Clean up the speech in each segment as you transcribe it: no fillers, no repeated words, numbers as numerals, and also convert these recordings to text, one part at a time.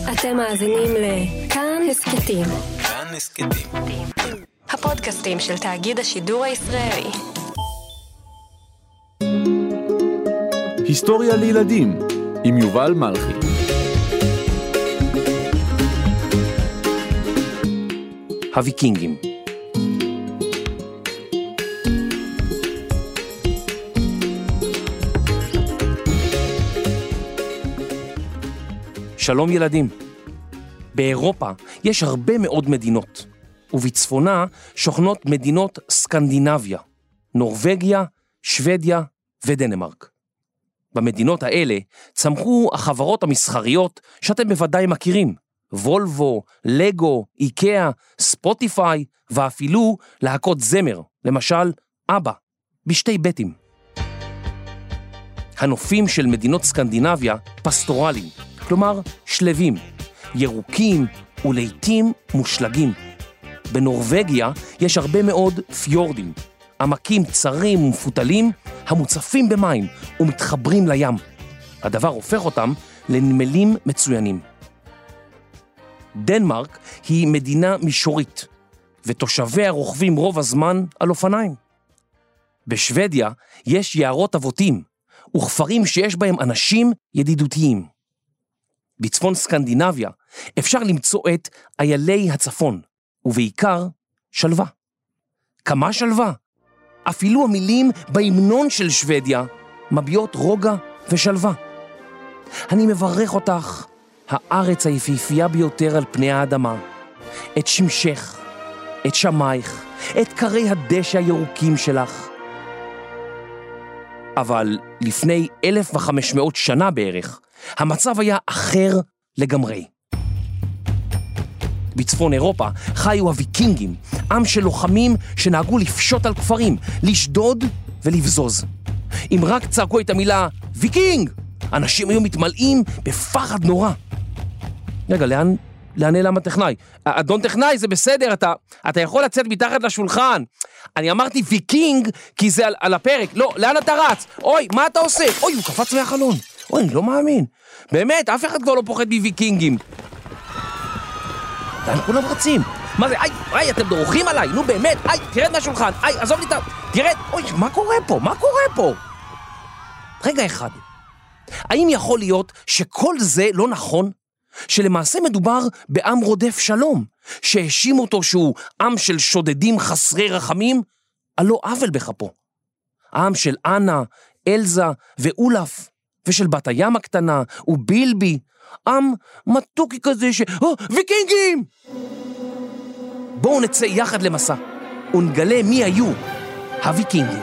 אתם מאזינים לכאן הסקטים. כאן הסקטים. הפודקאסטים של תאגיד השידור הישראלי. היסטוריה לילדים עם יובל מלכי. הוויקינגים. שלום ילדים. באירופה יש הרבה מאוד מדינות, ובצפונה שוכנות מדינות סקנדינביה, נורווגיה, שוודיה ודנמרק. במדינות האלה צמחו החברות המסחריות שאתם בוודאי מכירים, וולבו, לגו, איקאה, ספוטיפיי, ואפילו להקות זמר, למשל אבא, בשתי בתים. הנופים של מדינות סקנדינביה פסטורליים, כלומר שלבים, ירוקים ולעיתים מושלגים. בנורווגיה יש הרבה מאוד פיורדים, עמקים צרים ומפותלים המוצפים במים ומתחברים לים. הדבר הופך אותם לנמלים מצוינים. דנמרק היא מדינה מישורית, ותושביה רוכבים רוב הזמן על אופניים. בשוודיה יש יערות אבותים, וכפרים שיש בהם אנשים ידידותיים. בצפון סקנדינביה אפשר למצוא את איילי הצפון, ובעיקר שלווה. כמה שלווה? אפילו המילים בהמנון של שוודיה מביעות רוגע ושלווה. אני מברך אותך, הארץ היפיפייה ביותר על פני האדמה, את שמשך, את שמייך, את קרי הדשא הירוקים שלך. אבל לפני 1500 שנה בערך, המצב היה אחר לגמרי. בצפון אירופה חיו הוויקינגים, עם של לוחמים שנהגו לפשוט על כפרים, לשדוד ולבזוז. אם רק צעקו את המילה ויקינג, אנשים היו מתמלאים בפחד נורא. רגע, לאן נעלם הטכנאי? אדון טכנאי, זה בסדר, אתה יכול לצאת מתחת לשולחן. אני אמרתי ויקינג כי זה על הפרק. לא, לאן אתה רץ? אוי, מה אתה עושה? אוי, הוא קפץ מהחלון. אוי, אני לא מאמין. באמת, אף אחד כבר לא פוחד מוויקינגים. לאן כולם רצים? מה זה? איי, אתם דורכים עליי, נו באמת, תרד מהשולחן, עזוב לי תרד, אוי, מה קורה פה? מה קורה פה? רגע אחד, האם יכול להיות שכל זה לא נכון? שלמעשה מדובר בעם רודף שלום, שהאשים אותו שהוא עם של שודדים חסרי רחמים, על לא עוול בכפו. עם של אנה, אלזה ואולף, ושל בת הים הקטנה, ובילבי, עם מתוקי כזה ויקינגים! בואו נצא יחד למסע, ונגלה מי היו הוויקינגים.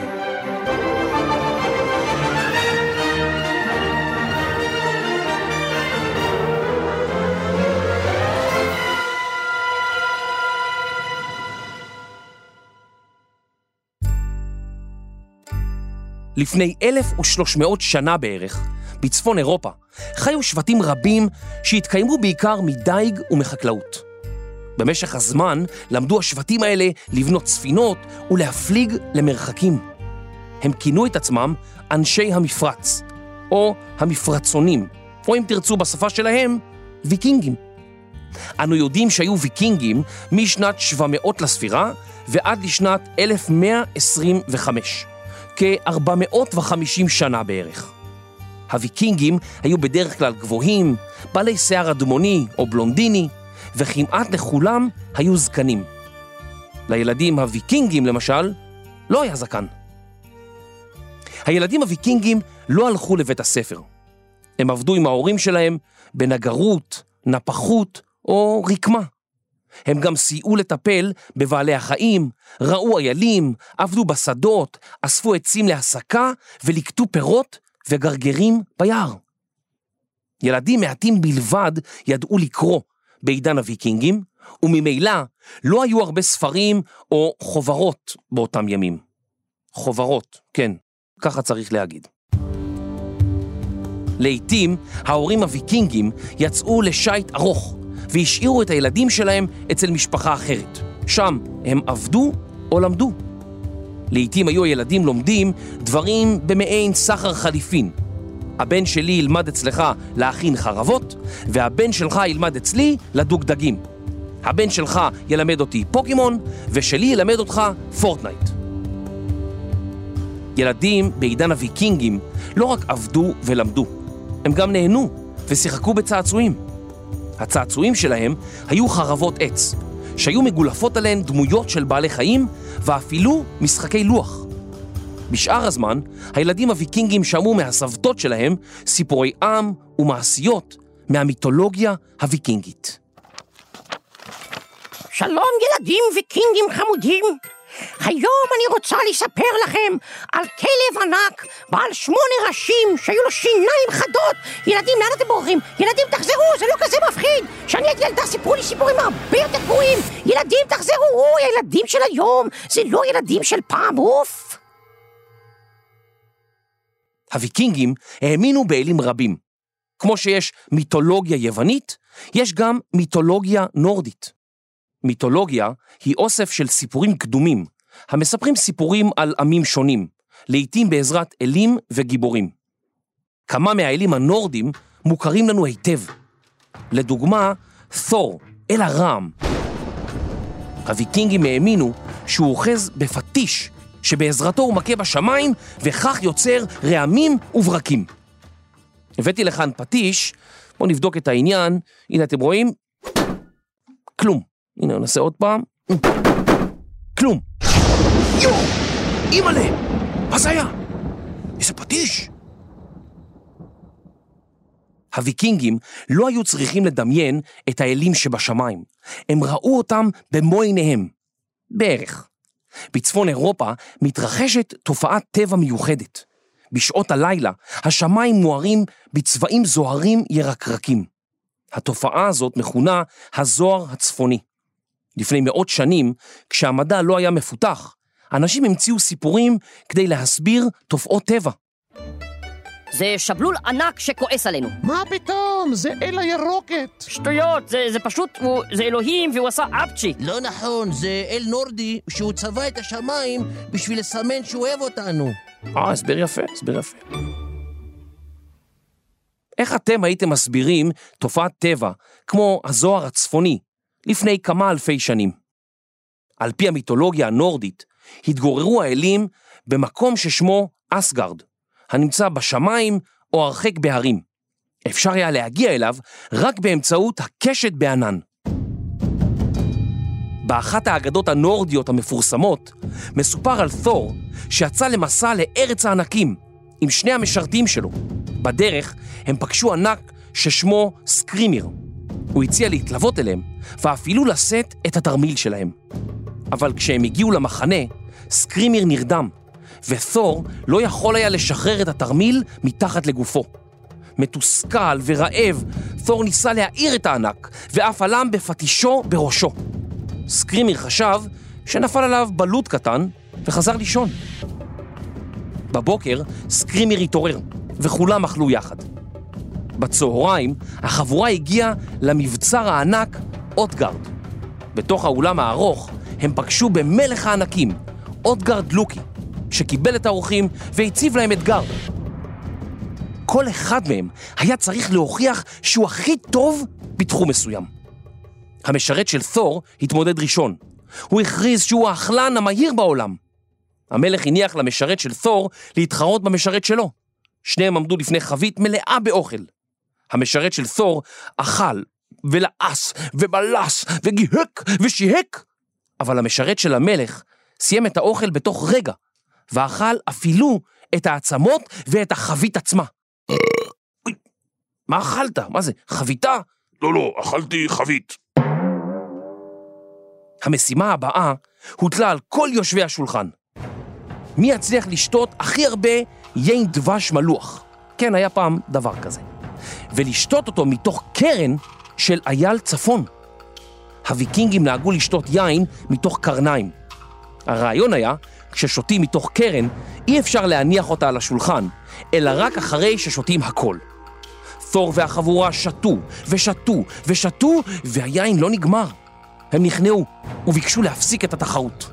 לפני 1300 שנה בערך, בצפון אירופה, חיו שבטים רבים שהתקיימו בעיקר מדייג ומחקלאות. במשך הזמן למדו השבטים האלה לבנות ספינות ולהפליג למרחקים. הם כינו את עצמם אנשי המפרץ, או המפרצונים, או אם תרצו בשפה שלהם, ויקינגים. אנו יודעים שהיו ויקינגים משנת 700 לספירה ועד לשנת 1125. כ-450 שנה בערך. הוויקינגים היו בדרך כלל גבוהים, בעלי שיער אדמוני או בלונדיני, וכמעט לכולם היו זקנים. לילדים הוויקינגים למשל, לא היה זקן. הילדים הוויקינגים לא הלכו לבית הספר. הם עבדו עם ההורים שלהם בנגרות, נפחות או רקמה. הם גם סייעו לטפל בבעלי החיים, ראו איילים, עבדו בשדות, אספו עצים להסקה ולקטו פירות וגרגרים ביער. ילדים מעטים בלבד ידעו לקרוא בעידן הוויקינגים, וממילא לא היו הרבה ספרים או חוברות באותם ימים. חוברות, כן, ככה צריך להגיד. לעתים ההורים הוויקינגים יצאו לשייט ארוך, והשאירו את הילדים שלהם אצל משפחה אחרת. שם הם עבדו או למדו. לעתים היו הילדים לומדים דברים במעין סחר חליפין. הבן שלי ילמד אצלך להכין חרבות, והבן שלך ילמד אצלי לדוג דגים. הבן שלך ילמד אותי פוקימון, ושלי ילמד אותך פורטנייט. ילדים בעידן הוויקינגים לא רק עבדו ולמדו, הם גם נהנו ושיחקו בצעצועים. הצעצועים שלהם היו חרבות עץ, שהיו מגולפות עליהן דמויות של בעלי חיים, ואפילו משחקי לוח. בשאר הזמן, הילדים הוויקינגים שמעו מהסבתות שלהם סיפורי עם ומעשיות מהמיתולוגיה הוויקינגית. שלום ילדים ויקינגים חמודים. היום אני רוצה לספר לכם על כלב ענק בעל 8 ראשים שהיו לו שיניים חדות. ילדים, לאן אתם בורחים? ילדים, תחזרו, זה לא כזה מפחיד. כשאני הייתי ילדה סיפרו לי סיפורים הרבה יותר גרועים. ילדים, תחזרו, הילדים של היום זה לא ילדים של פעם, אוף. הוויקינגים האמינו באלים רבים. כמו שיש מיתולוגיה יוונית, יש גם מיתולוגיה נורדית. מיתולוגיה היא אוסף של סיפורים קדומים, המספרים סיפורים על עמים שונים, לעתים בעזרת אלים וגיבורים. כמה מהאלים הנורדים מוכרים לנו היטב. לדוגמה, תור, אל הרעם. הוויקינגים האמינו שהוא אוחז בפטיש, שבעזרתו הוא מכה בשמיים, וכך יוצר רעמים וברקים. הבאתי לכאן פטיש, בואו נבדוק את העניין. הנה אתם רואים? כלום. הנה נעשה עוד פעם. כלום. יו! אימא'לה! מה זה היה? איזה פטיש! הוויקינגים לא היו צריכים לדמיין את האלים שבשמיים. הם ראו אותם במו עיניהם. בערך. בצפון אירופה מתרחשת תופעת טבע מיוחדת. בשעות הלילה השמיים מוארים בצבעים זוהרים ירקרקים. התופעה הזאת מכונה הזוהר הצפוני. לפני מאות שנים, כשהמדע לא היה מפותח, אנשים המציאו סיפורים כדי להסביר תופעות טבע. זה שבלול ענק שכועס עלינו. מה פתאום? זה אל הירוקת. שטויות, זה פשוט, זה אלוהים והוא עשה אפצ'י. לא נכון, זה אל נורדי שהוא צבע את השמיים בשביל לסמן שהוא אוהב אותנו. הסבר יפה, הסבר יפה. איך אתם הייתם מסבירים תופעת טבע כמו הזוהר הצפוני לפני כמה אלפי שנים? על פי המיתולוגיה הנורדית, התגוררו האלים במקום ששמו אסגרד, הנמצא בשמיים או הרחק בהרים. אפשר היה להגיע אליו רק באמצעות הקשת בענן. באחת האגדות הנורדיות המפורסמות, מסופר על תור שיצא למסע לארץ הענקים עם 2 המשרתים שלו. בדרך הם פגשו ענק ששמו סקרימיר. הוא הציע להתלוות אליהם ואפילו לשאת את התרמיל שלהם. אבל כשהם הגיעו למחנה, סקרימיר נרדם, ותור לא יכול היה לשחרר את התרמיל מתחת לגופו. מתוסכל ורעב, תור ניסה להעיר את הענק, ואף עלם בפטישו בראשו. סקרימיר חשב שנפל עליו בלוט קטן, וחזר לישון. בבוקר סקרימיר התעורר, וכולם אכלו יחד. בצהריים החבורה הגיעה למבצר הענק אוטגרד. בתוך האולם הארוך הם פגשו במלך הענקים, אוטגרד לוקי, שקיבל את האורחים והציב להם אתגר. כל אחד מהם היה צריך להוכיח שהוא הכי טוב בתחום מסוים. המשרת של תור התמודד ראשון. הוא הכריז שהוא האכלן המהיר בעולם. המלך הניח למשרת של תור להתחרות במשרת שלו. שניהם עמדו לפני חבית מלאה באוכל. המשרת של תור אכל ולעס ובלס וגיהק ושיהק, אבל המשרת של המלך סיים את האוכל בתוך רגע, ואכל אפילו את העצמות ואת החבית עצמה. מה אכלת? מה זה? חביתה? לא, אכלתי חבית. המשימה הבאה הוטלה על כל יושבי השולחן. מי יצליח לשתות הכי הרבה יין דבש מלוח? כן, היה פעם דבר כזה. ולשתות אותו מתוך קרן של אייל צפון. הוויקינגים נהגו לשתות יין מתוך קרניים. הרעיון היה, כששותים מתוך קרן, אי אפשר להניח אותה על השולחן, אלא רק אחרי ששותים הכל. תור והחבורה שתו ושתו ושתו, והיין לא נגמר. הם נכנעו וביקשו להפסיק את התחרות.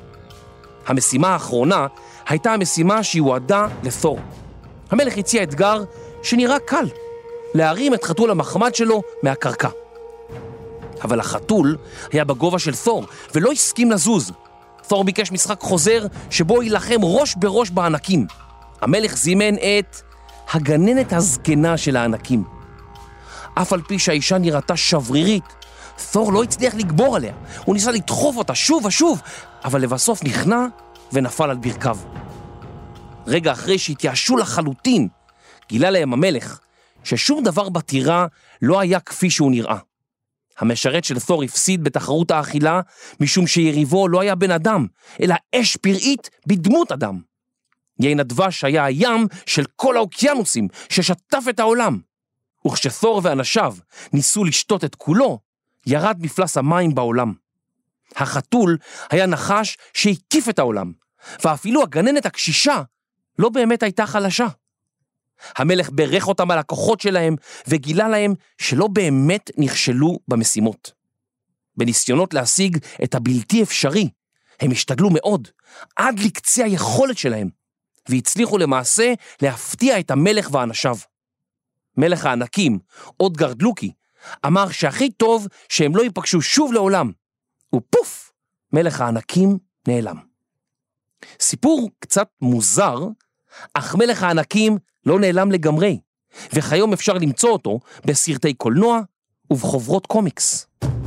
המשימה האחרונה הייתה המשימה שיועדה לתור. המלך הציע אתגר שנראה קל, להרים את חתול המחמד שלו מהקרקע. אבל החתול היה בגובה של תור, ולא הסכים לזוז. תור ביקש משחק חוזר, שבו ילחם ראש בראש בענקים. המלך זימן את הגננת הזקנה של הענקים. אף על פי שהאישה נראתה שברירית, תור לא הצליח לגבור עליה. הוא ניסה לדחוף אותה שוב ושוב, אבל לבסוף נכנע ונפל על ברכיו. רגע אחרי שהתייאשו לחלוטין, גילה להם המלך ששום דבר בטירה לא היה כפי שהוא נראה. המשרת של תור הפסיד בתחרות האכילה, משום שיריבו לא היה בן אדם, אלא אש פראית בדמות אדם. יין הדבש היה הים של כל האוקיינוסים ששטף את העולם. וכשתור ואנשיו ניסו לשתות את כולו, ירד מפלס המים בעולם. החתול היה נחש שהקיף את העולם, ואפילו הגננת הקשישה לא באמת הייתה חלשה. המלך ברך אותם על הכוחות שלהם, וגילה להם שלא באמת נכשלו במשימות. בניסיונות להשיג את הבלתי אפשרי, הם השתגלו מאוד, עד לקצה היכולת שלהם, והצליחו למעשה להפתיע את המלך ואנשיו. מלך הענקים, אודגרד לוקי, אמר שהכי טוב שהם לא ייפגשו שוב לעולם, ופוף, מלך הענקים נעלם. סיפור קצת מוזר, אך מלך הענקים לא נעלם לגמרי, וכיום אפשר למצוא אותו בסרטי קולנוע ובחוברות קומיקס.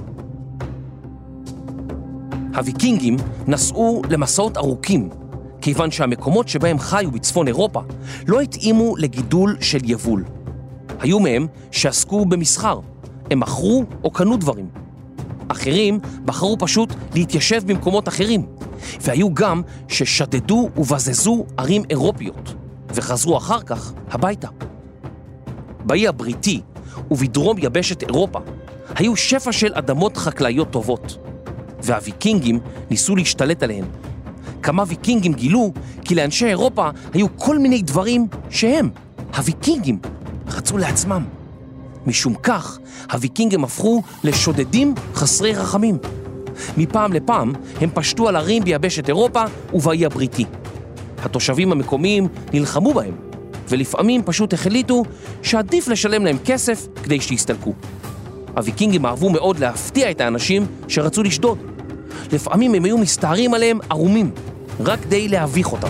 הוויקינגים נסעו למסעות ארוכים, כיוון שהמקומות שבהם חיו בצפון אירופה לא התאימו לגידול של יבול. היו מהם שעסקו במסחר, הם מכרו או קנו דברים. אחרים בחרו פשוט להתיישב במקומות אחרים, והיו גם ששדדו ובזזו ערים אירופיות, וחזרו אחר כך הביתה. באי הבריטי ובדרום יבשת אירופה היו שפע של אדמות חקלאיות טובות, והוויקינגים ניסו להשתלט עליהן. כמה ויקינגים גילו כי לאנשי אירופה היו כל מיני דברים שהם, הוויקינגים, רצו לעצמם. משום כך, הוויקינגים הפכו לשודדים חסרי רחמים. מפעם לפעם הם פשטו על ערים ביבשת אירופה ובאי הבריטי. התושבים המקומיים נלחמו בהם, ולפעמים פשוט החליטו שעדיף לשלם להם כסף כדי שיסתלקו. הוויקינגים אהבו מאוד להפתיע את האנשים שרצו לשדוד. לפעמים הם היו מסתערים עליהם ערומים, רק כדי להביך אותם.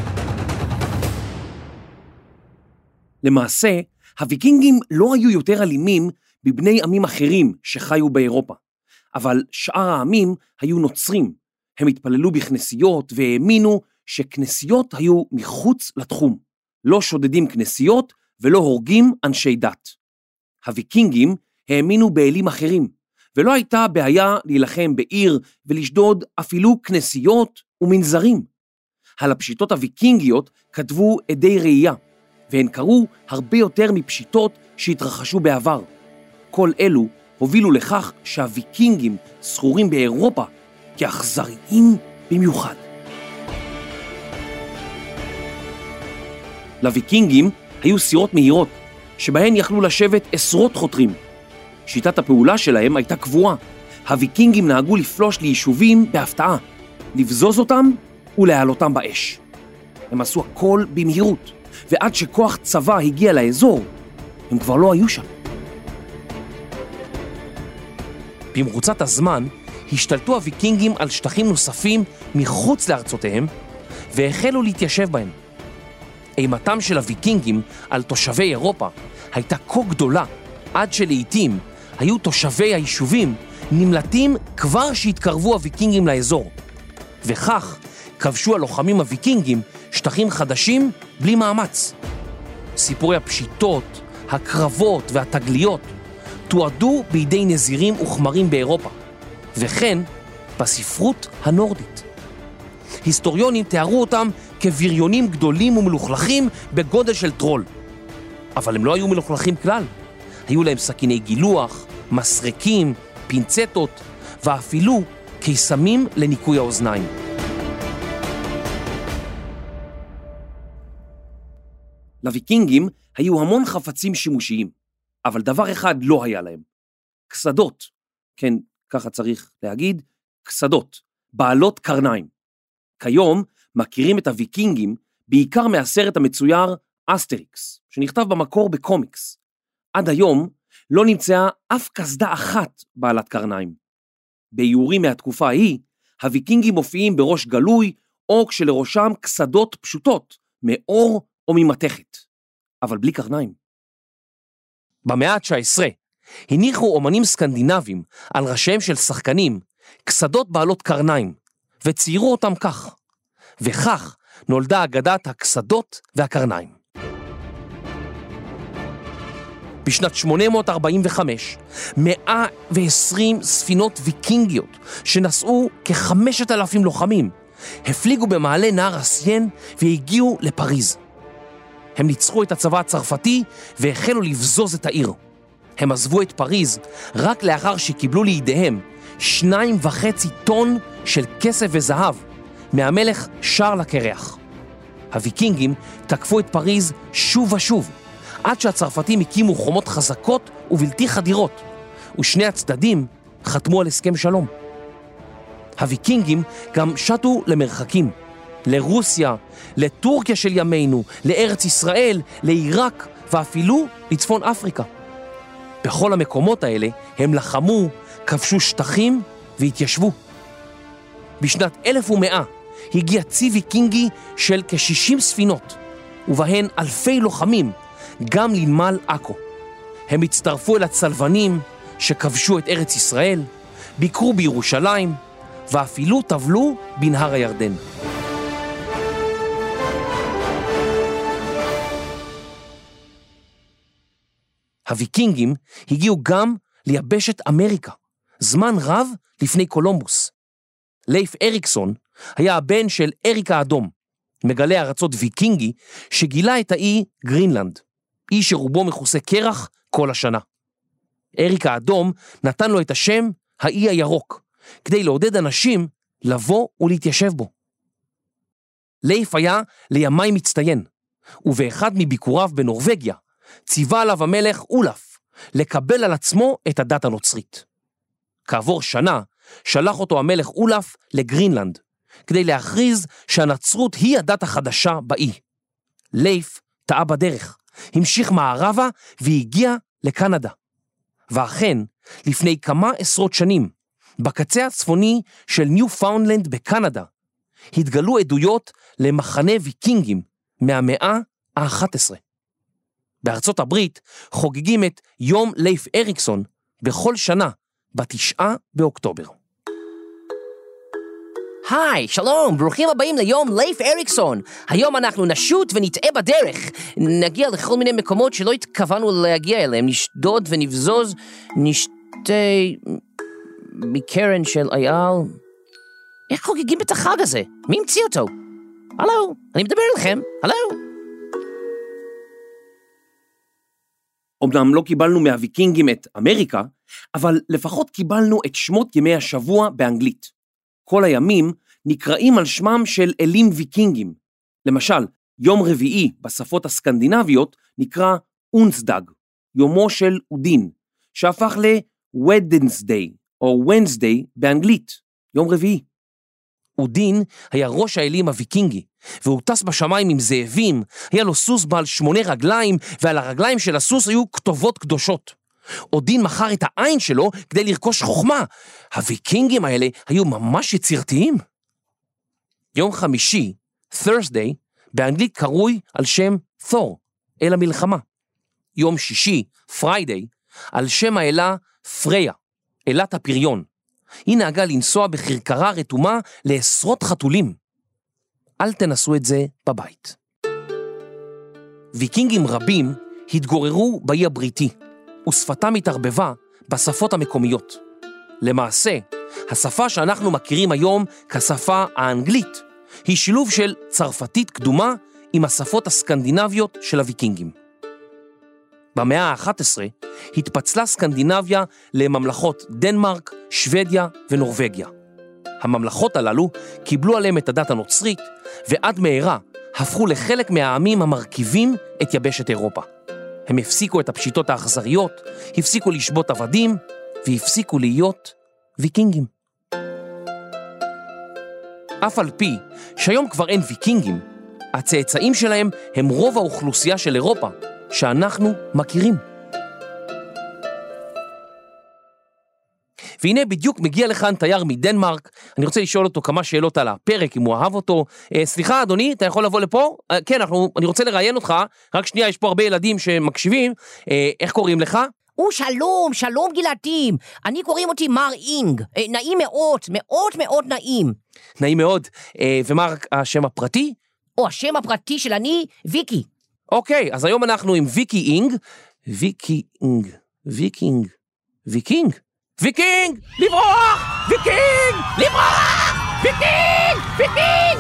למעשה, הוויקינגים לא היו יותר אלימים מבני עמים אחרים שחיו באירופה, אבל שאר העמים היו נוצרים. הם התפללו בכנסיות והאמינו שכנסיות היו מחוץ לתחום. לא שודדים כנסיות ולא הורגים אנשי דת. הוויקינגים האמינו באלים אחרים, ולא הייתה בעיה להילחם בעיר ולשדוד אפילו כנסיות ומנזרים. על הפשיטות הוויקינגיות כתבו עדי ראייה, והן קראו הרבה יותר מפשיטות שהתרחשו בעבר. כל אלו הובילו לכך שהוויקינגים זכורים באירופה כאכזריים במיוחד. לוויקינגים היו סירות מהירות, שבהן יכלו לשבת עשרות חותרים. שיטת הפעולה שלהם הייתה קבועה. הוויקינגים נהגו לפלוש ליישובים בהפתעה, לבזוז אותם ולהעלותם באש. הם עשו הכל במהירות, ועד שכוח צבא הגיע לאזור, הם כבר לא היו שם. במרוצת הזמן השתלטו הוויקינגים על שטחים נוספים מחוץ לארצותיהם, והחלו להתיישב בהם. אימתם של הוויקינגים על תושבי אירופה הייתה כה גדולה, עד שלעיתים היו תושבי היישובים נמלטים כבר שהתקרבו הוויקינגים לאזור. וכך כבשו הלוחמים הוויקינגים שטחים חדשים בלי מאמץ. סיפורי הפשיטות, הקרבות והתגליות תועדו בידי נזירים וחמרים באירופה, וכן בספרות הנורדית. היסטוריונים תיארו אותם כבריונים גדולים ומלוכלכים בגודל של טרול. אבל הם לא היו מלוכלכים כלל. היו להם סכיני גילוח, מסרקים, פינצטות, ואפילו קיסמים לניקוי האוזניים. לוויקינגים היו המון חפצים שימושיים, אבל דבר אחד לא היה להם. כסדות, כן, ככה צריך להגיד, כסדות, בעלות קרניים. כיום מכירים את הוויקינגים בעיקר מהסרט המצויר אסטריקס, שנכתב במקור בקומיקס. עד היום לא נמצאה אף קסדה אחת בעלת קרניים. באיורים מהתקופה ההיא, הוויקינגים מופיעים בראש גלוי, או כשלראשם קסדות פשוטות, מאור או ממתכת, אבל בלי קרניים. במאה ה-19 הניחו אומנים סקנדינבים על ראשיהם של שחקנים קסדות בעלות קרניים, וציירו אותם כך, וכך נולדה אגדת הקסדות והקרניים. בשנת 845, 120 ספינות ויקינגיות שנשאו כ5,000 לוחמים, הפליגו במעלה נהר הסיין והגיעו לפריז. הם ניצחו את הצבא הצרפתי והחלו לבזוז את העיר. הם עזבו את פריז רק לאחר שקיבלו לידיהם 2.5 טון של כסף וזהב מהמלך שרל הקרח. הוויקינגים תקפו את פריז שוב ושוב, עד שהצרפתים הקימו חומות חזקות ובלתי חדירות, ושני הצדדים חתמו על הסכם שלום. הוויקינגים גם שטו למרחקים, לרוסיה, לטורקיה של ימינו, לארץ ישראל, לעיראק ואפילו לצפון אפריקה. בכל המקומות האלה הם לחמו, כבשו שטחים והתיישבו. בשנת 1100 הגיע צי ויקינגי של כ60 ספינות, ובהן אלפי לוחמים, גם לנמל עכו. הם הצטרפו אל הצלבנים שכבשו את ארץ ישראל, ביקרו בירושלים, ואפילו טבלו בנהר הירדן. הוויקינגים הגיעו גם ליבשת אמריקה, זמן רב לפני קולומבוס. לייף אריקסון היה הבן של אריק האדום, מגלה ארצות ויקינגי שגילה את האי גרינלנד, אי שרובו מכוסה קרח כל השנה. אריק האדום נתן לו את השם האי הירוק, כדי לעודד אנשים לבוא ולהתיישב בו. לייף היה לימיים מצטיין, ובאחד מביקוריו בנורווגיה, ציווה עליו המלך אולף לקבל על עצמו את הדת הנוצרית. כעבור שנה שלח אותו המלך אולף לגרינלנד, כדי להכריז שהנצרות היא הדת החדשה באי. לייף טעה בדרך, המשיך מערבה והגיע לקנדה. ואכן, לפני כמה עשרות שנים, בקצה הצפוני של ניו-פאונדלנד בקנדה, התגלו עדויות למחנה ויקינגים מהמאה ה-11. בארצות הברית חוגגים את יום לייף אריקסון בכל שנה, ב9 באוקטובר. היי, שלום, ברוכים הבאים ליום לייף אריקסון. היום אנחנו נשוט ונטעה בדרך. נגיע לכל מיני מקומות שלא התכוונו להגיע אליהם. נשדוד ונבזוז, נשתה מקרן של אייל. איך חוגגים את החג הזה? מי המציא אותו? הלו, אני מדבר אליכם, הלו. אמנם לא קיבלנו מהוויקינגים את אמריקה, אבל לפחות קיבלנו את שמות ימי השבוע באנגלית. כל הימים נקראים על שמם של אלים ויקינגים. למשל, יום רביעי בשפות הסקנדינביות נקרא אונסדג, יומו של אודין, שהפך ל-Wednesday או Wednesday באנגלית, יום רביעי. אודין היה ראש האלים הוויקינגי, והוא טס בשמיים עם זאבים, היה לו סוס בעל 8 רגליים, ועל הרגליים של הסוס היו כתובות קדושות. אודין מכר את העין שלו כדי לרכוש חוכמה. הוויקינגים האלה היו ממש יצירתיים. יום חמישי, Thursday, באנגלית קרוי על שם תור, אל המלחמה. יום שישי, Friday, על שם האלה פריה, אלת הפריון. היא נהגה לנסוע בכרכרה רתומה לעשרות חתולים. אל תנסו את זה בבית. ויקינגים רבים התגוררו באי הבריטי, ושפתם התערבבה בשפות המקומיות. למעשה, השפה שאנחנו מכירים היום כשפה האנגלית, היא שילוב של צרפתית קדומה עם השפות הסקנדינביות של הוויקינגים. במאה ה-11 התפצלה סקנדינביה לממלכות דנמרק, שוודיה ונורווגיה. הממלכות הללו קיבלו עליהם את הדת הנוצרית, ועד מהרה הפכו לחלק מהעמים המרכיבים את יבשת אירופה. הם הפסיקו את הפשיטות האכזריות, הפסיקו לשבות עבדים, והפסיקו להיות ויקינגים. אף על פי שהיום כבר אין ויקינגים, הצאצאים שלהם הם רוב האוכלוסייה של אירופה, שאנחנו מכירים. והנה בדיוק מגיע לכאן תייר מדנמרק, אני רוצה לשאול אותו כמה שאלות על הפרק, אם הוא אהב אותו. סליחה אדוני, אתה יכול לבוא לפה? כן, אני רוצה לראיין אותך, רק שנייה, יש פה הרבה ילדים שמקשיבים. איך קוראים לך? שלום, שלום גלעדים, אני קוראים אותי מר אינג, נעים מאוד, מאוד מאוד נעים. נעים מאוד, ומה השם הפרטי? השם הפרטי של אני, ויקי. אוקיי, אז היום אנחנו עם ויקי אינג, ויקינג, לברוח! ויקינג! לברוח! ויקינג!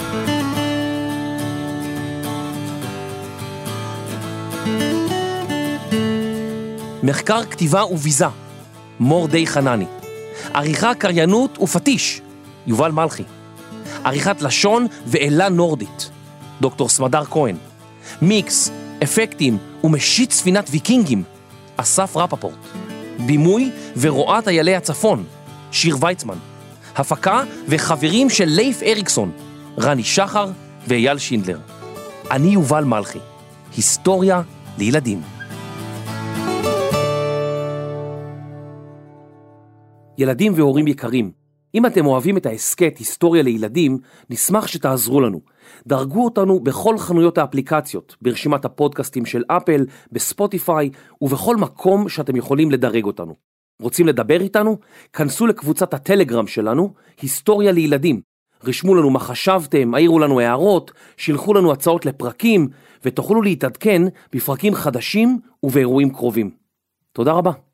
מחקר כתיבה וביזה, מורדי חנני. עריכה, קריינות ופטיש, יובל מלכי. עריכת לשון ואלה נורדית, דוקטור סמדר כהן. מיקס, אפקטים ומשיט ספינת ויקינגים, אסף רפפורט. בימוי ורואת איילי הצפון, שיר ויצמן. הפקה וחברים של לייף אריקסון, רני שחר ואייל שינדלר. אני יובל מלכי, היסטוריה לילדים. ילדים והורים יקרים, אם אתם אוהבים את העסקת היסטוריה לילדים, נשמח שתעזרו לנו. דרגו אותנו בכל חנויות האפליקציות, ברשימת הפודקאסטים של אפל, בספוטיפיי ובכל מקום שאתם יכולים לדרג אותנו. רוצים לדבר איתנו? כנסו לקבוצת הטלגרם שלנו, היסטוריה לילדים. רשמו לנו מה חשבתם, העירו לנו הערות, שילחו לנו הצעות לפרקים, ותוכלו להתעדכן בפרקים חדשים ובאירועים קרובים. תודה רבה.